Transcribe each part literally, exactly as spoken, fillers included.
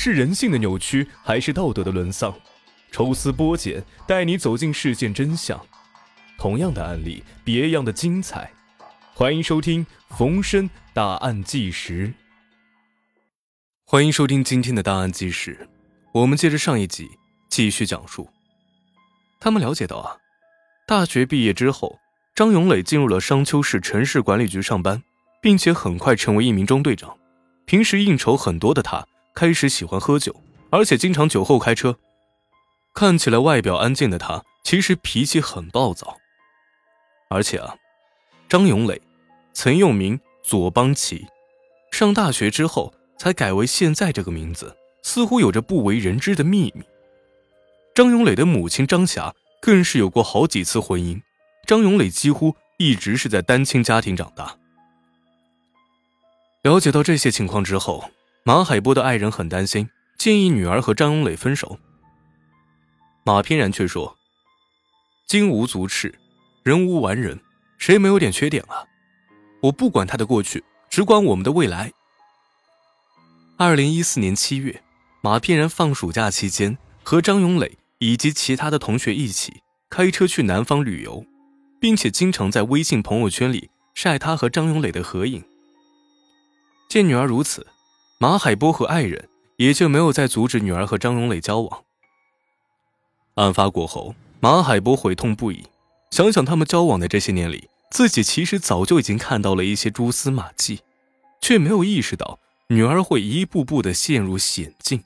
是人性的扭曲，还是道德的沦丧？抽丝剥茧，带你走进事件真相。同样的案例，别样的精彩。欢迎收听冯生大案纪实。欢迎收听今天的大案纪实。我们接着上一集继续讲述。他们了解到啊，大学毕业之后，张永磊进入了商丘市城市管理局上班，并且很快成为一名中队长。平时应酬很多的他开始喜欢喝酒，而且经常酒后开车。看起来外表安静的他，其实脾气很暴躁。而且啊，张永磊曾用名左邦奇，上大学之后才改为现在这个名字，似乎有着不为人知的秘密。张永磊的母亲张霞更是有过好几次婚姻，张永磊几乎一直是在单亲家庭长大。了解到这些情况之后，马海波的爱人很担心，建议女儿和张永磊分手。马翩然却说，金无足赤，人无完人，谁没有点缺点啊？我不管他的过去，只管我们的未来。二零一四年七月，马翩然放暑假期间和张永磊以及其他的同学一起开车去南方旅游，并且经常在微信朋友圈里晒他和张永磊的合影。见女儿如此，马海波和爱人也就没有再阻止女儿和张永磊交往。案发过后，马海波悔痛不已，想想他们交往的这些年里，自己其实早就已经看到了一些蛛丝马迹，却没有意识到女儿会一步步地陷入险境。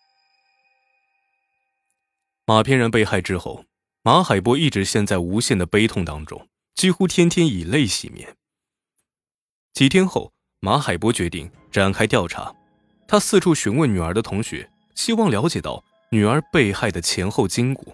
马翩然被害之后，马海波一直陷在无限的悲痛当中，几乎天天以泪洗面。几天后，马海波决定展开调查，他四处询问女儿的同学，希望了解到女儿被害的前后经过。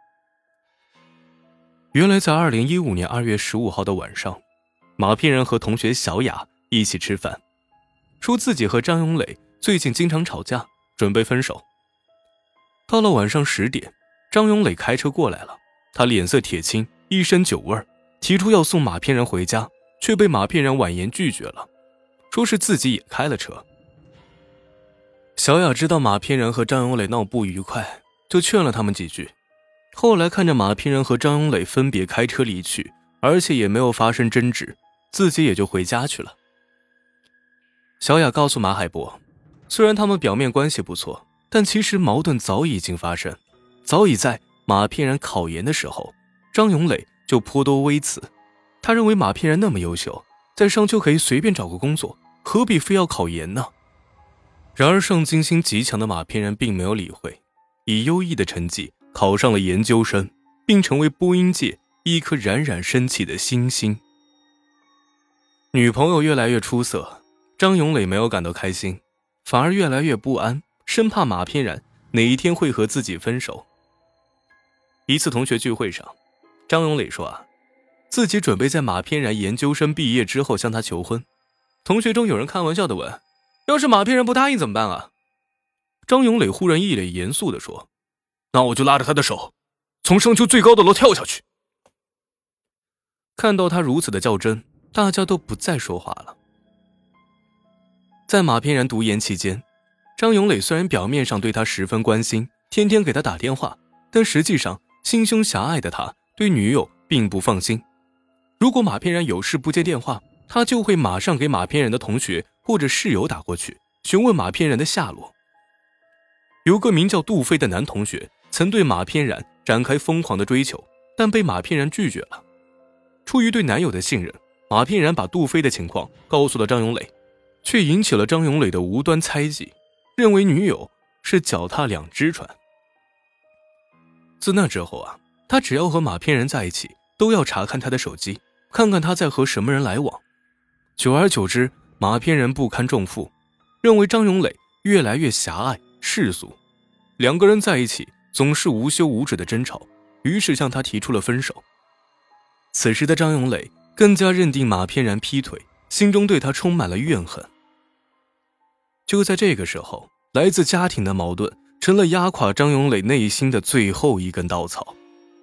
原来在二零一五年二月十五号的晚上，马翩然和同学小雅一起吃饭，说自己和张永磊最近经常吵架，准备分手。到了晚上十点，张永磊开车过来了，他脸色铁青，一身酒味，提出要送马翩然回家，却被马翩然婉言拒绝了，说是自己也开了车。小雅知道马翩然和张永磊闹不愉快，就劝了他们几句。后来看着马翩然和张永磊分别开车离去，而且也没有发生争执，自己也就回家去了。小雅告诉马海波，虽然他们表面关系不错，但其实矛盾早已经发生，早已在马翩然考研的时候，张永磊就颇多微词。他认为马翩然那么优秀，在商丘可以随便找个工作，何必非要考研呢？然而上进心极强的马翩然并没有理会，以优异的成绩考上了研究生，并成为播音界一颗冉冉升起的星星。女朋友越来越出色，张永磊没有感到开心，反而越来越不安，生怕马翩然哪一天会和自己分手。一次同学聚会上，张永磊说啊，自己准备在马翩然研究生毕业之后向他求婚。同学中有人开玩笑地问，要是马翩然不答应怎么办啊？张永磊忽然一脸严肃地说，那我就拉着他的手，从商丘最高的楼跳下去。看到他如此的较真，大家都不再说话了。在马翩然读研期间，张永磊虽然表面上对他十分关心，天天给他打电话，但实际上心胸狭隘的他对女友并不放心。如果马翩然有事不接电话，他就会马上给马翩然的同学或者室友打过去，询问马翩然的下落。有个名叫杜飞的男同学曾对马翩然展开疯狂的追求，但被马翩然拒绝了。出于对男友的信任，马翩然把杜飞的情况告诉了张永磊，却引起了张永磊的无端猜忌，认为女友是脚踏两只船。自那之后啊，他只要和马翩然在一起，都要查看他的手机，看看他在和什么人来往。久而久之，马翩然不堪重负，认为张永磊越来越狭隘世俗，两个人在一起总是无休无止的争吵，于是向他提出了分手。此时的张永磊更加认定马翩然劈腿，心中对他充满了怨恨。就在这个时候，来自家庭的矛盾成了压垮张永磊内心的最后一根稻草。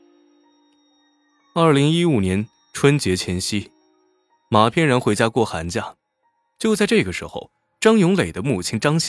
二零一五年春节前夕，马翩然回家过寒假。就在这个时候，张永磊的母亲张霞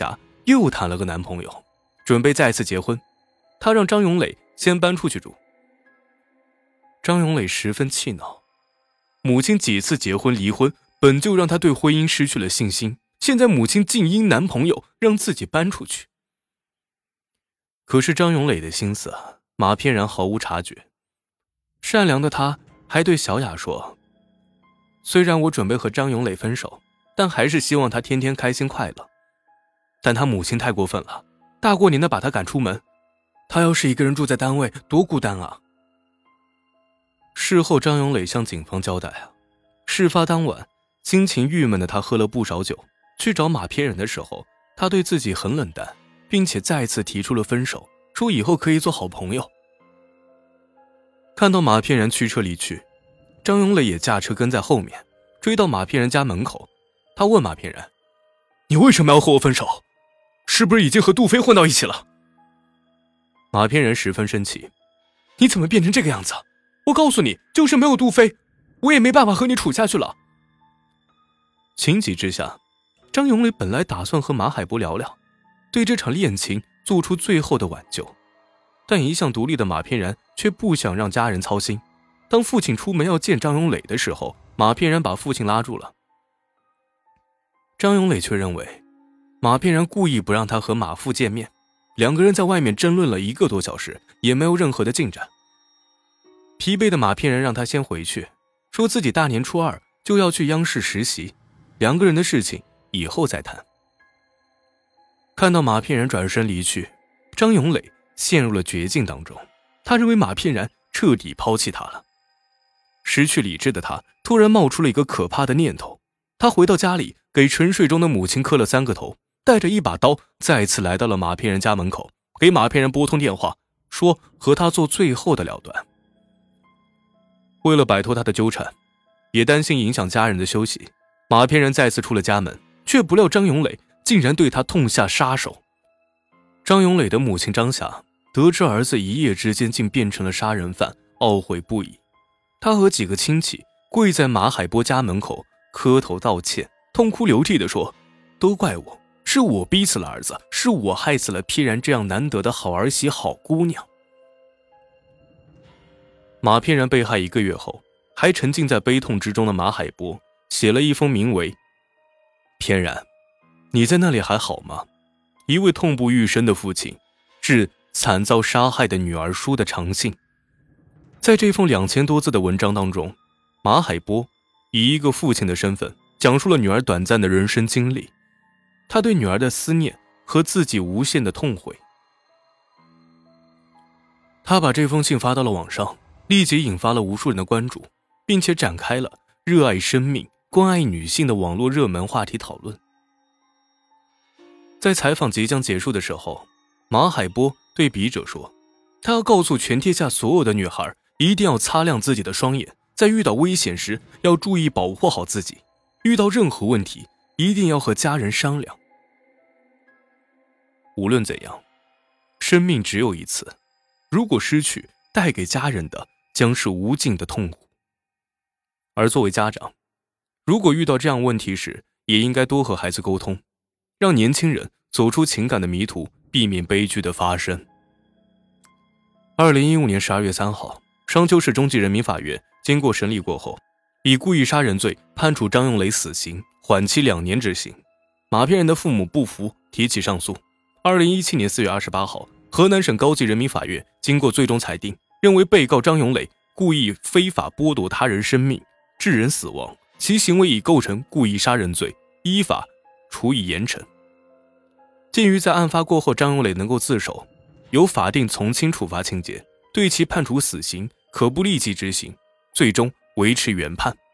又谈了个男朋友，准备再次结婚。他让张永磊先搬出去住。张永磊十分气恼，母亲几次结婚离婚，本就让他对婚姻失去了信心，现在母亲竟因男朋友让自己搬出去。可是张永磊的心思啊，马翩然毫无察觉。善良的他还对小雅说，虽然我准备和张永磊分手，但还是希望他天天开心快乐。但他母亲太过分了，大过年的把他赶出门，他要是一个人住在单位多孤单啊。事后张永磊向警方交代啊，事发当晚心情郁闷的他喝了不少酒，去找马翩然的时候，他对自己很冷淡，并且再次提出了分手，说以后可以做好朋友。看到马翩然驱车离去，张永磊也驾车跟在后面，追到马翩然家门口。他问马翩然，你为什么要和我分手？是不是已经和杜飞混到一起了？马翩然十分生气，你怎么变成这个样子？我告诉你，就是没有杜飞，我也没办法和你处下去了。情急之下，张永磊本来打算和马海波聊聊，对这场恋情做出最后的挽救，但一向独立的马翩然却不想让家人操心。当父亲出门要见张永磊的时候，马翩然把父亲拉住了。张永磊却认为马翩然故意不让他和马父见面，两个人在外面争论了一个多小时，也没有任何的进展。疲惫的马翩然让他先回去，说自己大年初二就要去央视实习，两个人的事情以后再谈。看到马翩然转身离去，张永磊陷入了绝境当中，他认为马翩然彻底抛弃他了。失去理智的他突然冒出了一个可怕的念头，他回到家里给沉睡中的母亲磕了三个头，带着一把刀再次来到了马翩然家门口，给马翩然拨通电话，说和他做最后的了断。为了摆脱他的纠缠，也担心影响家人的休息，马翩然再次出了家门，却不料张永磊竟然对他痛下杀手。张永磊的母亲张霞得知儿子一夜之间竟变成了杀人犯，懊悔不已。他和几个亲戚跪在马海波家门口磕头道歉，痛哭流涕地说，都怪我，是我逼死了儿子，是我害死了翩然这样难得的好儿媳好姑娘。马翩然被害一个月后，还沉浸在悲痛之中的马海波写了一封名为翩然，你在那里还好吗？一位痛不欲生的父亲致惨遭杀害的女儿书的长信。在这封两千多字的文章当中，马海波以一个父亲的身份讲述了女儿短暂的人生经历，他对女儿的思念和自己无限的痛悔。他把这封信发到了网上，立即引发了无数人的关注，并且展开了热爱生命、关爱女性的网络热门话题讨论。在采访即将结束的时候，马海波对笔者说，他要告诉全天下所有的女孩，一定要擦亮自己的双眼，在遇到危险时要注意保护好自己，遇到任何问题一定要和家人商量。无论怎样，生命只有一次，如果失去，带给家人的将是无尽的痛苦。而作为家长，如果遇到这样问题时，也应该多和孩子沟通，让年轻人走出情感的迷途，避免悲剧的发生。二零一五年十二月三号，商丘市中级人民法院经过审理过后，以故意杀人罪判处张永磊死刑，缓期两年执行。马翩然的父母不服，提起上诉。二零一七年四月二十八号，河南省高级人民法院经过最终裁定，认为被告张永磊故意非法剥夺他人生命，致人死亡，其行为已构成故意杀人罪，依法处以严惩。鉴于在案发过后张永磊能够自首，有法定从轻处罚情节，对其判处死刑，可不立即执行，最终维持原判。